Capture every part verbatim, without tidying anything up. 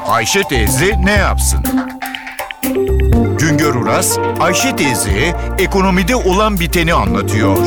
Ayşe teyze ne yapsın? Güngör Uras, Ayşe teyzeye ekonomide olan biteni anlatıyor.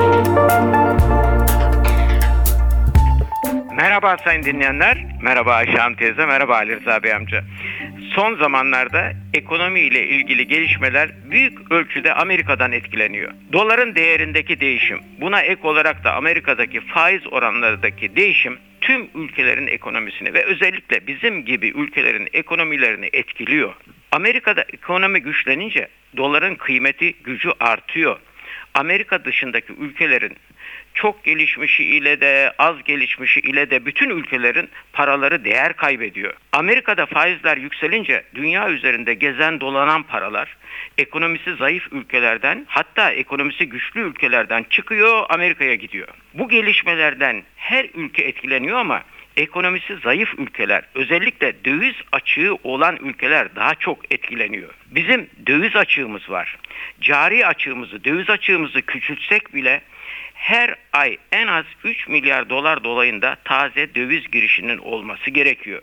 Merhaba sayın dinleyenler, merhaba Ayşe Hanım teyze, merhaba Ali Rıza Bey amca. Son zamanlarda ekonomi ile ilgili gelişmeler büyük ölçüde Amerika'dan etkileniyor. Doların değerindeki değişim, buna ek olarak da Amerika'daki faiz oranlarındaki değişim tüm ülkelerin ekonomisini ve özellikle bizim gibi ülkelerin ekonomilerini etkiliyor. Amerika'da ekonomi güçlenince doların kıymeti, gücü artıyor. Amerika dışındaki ülkelerin çok gelişmişi ile de az gelişmişi ile de bütün ülkelerin paraları değer kaybediyor. Amerika'da faizler yükselince dünya üzerinde gezen dolanan paralar ekonomisi zayıf ülkelerden, hatta ekonomisi güçlü ülkelerden çıkıyor, Amerika'ya gidiyor. Bu gelişmelerden her ülke etkileniyor ama ekonomisi zayıf ülkeler, özellikle döviz açığı olan ülkeler daha çok etkileniyor. Bizim döviz açığımız var. Cari açığımızı, döviz açığımızı küçültsek bile her ay en az üç milyar dolar dolayında taze döviz girişinin olması gerekiyor.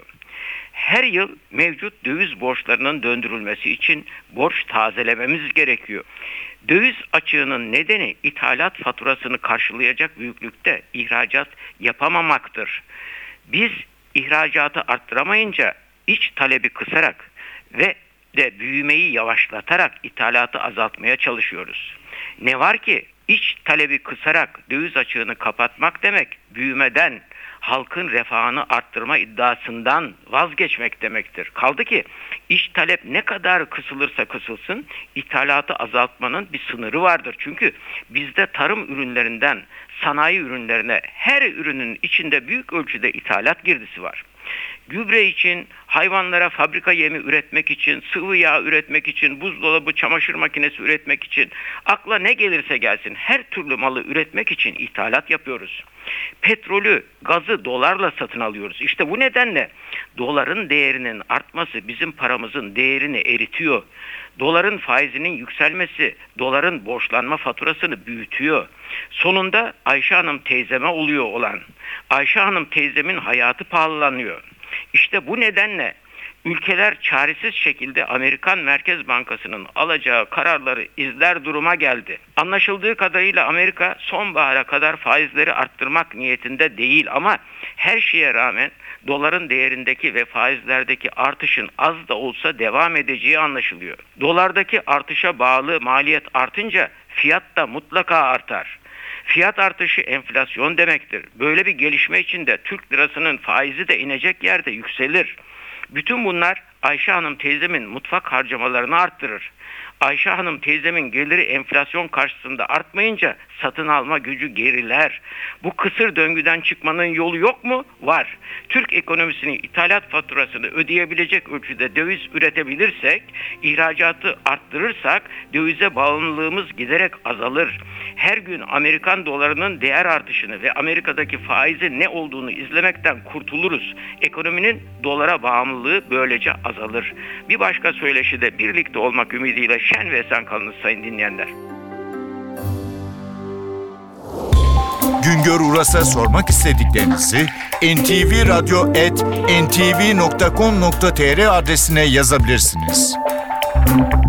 Her yıl mevcut döviz borçlarının döndürülmesi için borç tazelememiz gerekiyor. Döviz açığının nedeni ithalat faturasını karşılayacak büyüklükte ihracat yapamamaktır. Biz ihracatı arttıramayınca iç talebi kısarak ve de büyümeyi yavaşlatarak ithalatı azaltmaya çalışıyoruz. Ne var ki iç talebi kısarak döviz açığını kapatmak demek büyümeden, halkın refahını arttırma iddiasından vazgeçmek demektir. Kaldı ki iç talep ne kadar kısılırsa kısılsın ithalatı azaltmanın bir sınırı vardır. Çünkü bizde tarım ürünlerinden sanayi ürünlerine her ürünün içinde büyük ölçüde ithalat girdisi var. Gübre için, hayvanlara fabrika yemi üretmek için, sıvı yağ üretmek için, buzdolabı, çamaşır makinesi üretmek için, akla ne gelirse gelsin her türlü malı üretmek için ithalat yapıyoruz. Petrolü, gazı dolarla satın alıyoruz. İşte bu nedenle doların değerinin artması bizim paramızın değerini eritiyor. Doların faizinin yükselmesi doların borçlanma faturasını büyütüyor. Sonunda Ayşe Hanım teyzeme oluyor olan. Ayşe Hanım teyzemin hayatı pahalanıyor. İşte bu nedenle ülkeler çaresiz şekilde Amerikan Merkez Bankası'nın alacağı kararları izler duruma geldi. Anlaşıldığı kadarıyla Amerika sonbahara kadar faizleri arttırmak niyetinde değil ama her şeye rağmen doların değerindeki ve faizlerdeki artışın az da olsa devam edeceği anlaşılıyor. Dolardaki artışa bağlı maliyet artınca fiyat da mutlaka artar. Fiyat artışı enflasyon demektir. Böyle bir gelişme içinde Türk lirasının faizi de inecek yerde yükselir. Bütün bunlar Ayşe Hanım teyzemin mutfak harcamalarını arttırır. Ayşe Hanım teyzemin geliri enflasyon karşısında artmayınca satın alma gücü geriler. Bu kısır döngüden çıkmanın yolu yok mu? Var. Türk ekonomisinin ithalat faturasını ödeyebilecek ölçüde döviz üretebilirsek, ihracatı arttırırsak dövize bağımlılığımız giderek azalır. Her gün Amerikan dolarının değer artışını ve Amerika'daki faizin ne olduğunu izlemekten kurtuluruz. Ekonominin dolara bağımlılığı böylece azalır. Bir başka söyleşide birlikte olmak ümidiyle şen ve esen kalınız sayın dinleyenler. Güngör Uras'a sormak istediklerinizi en ti vi radyo at en ti vi nokta com nokta tr adresine yazabilirsiniz.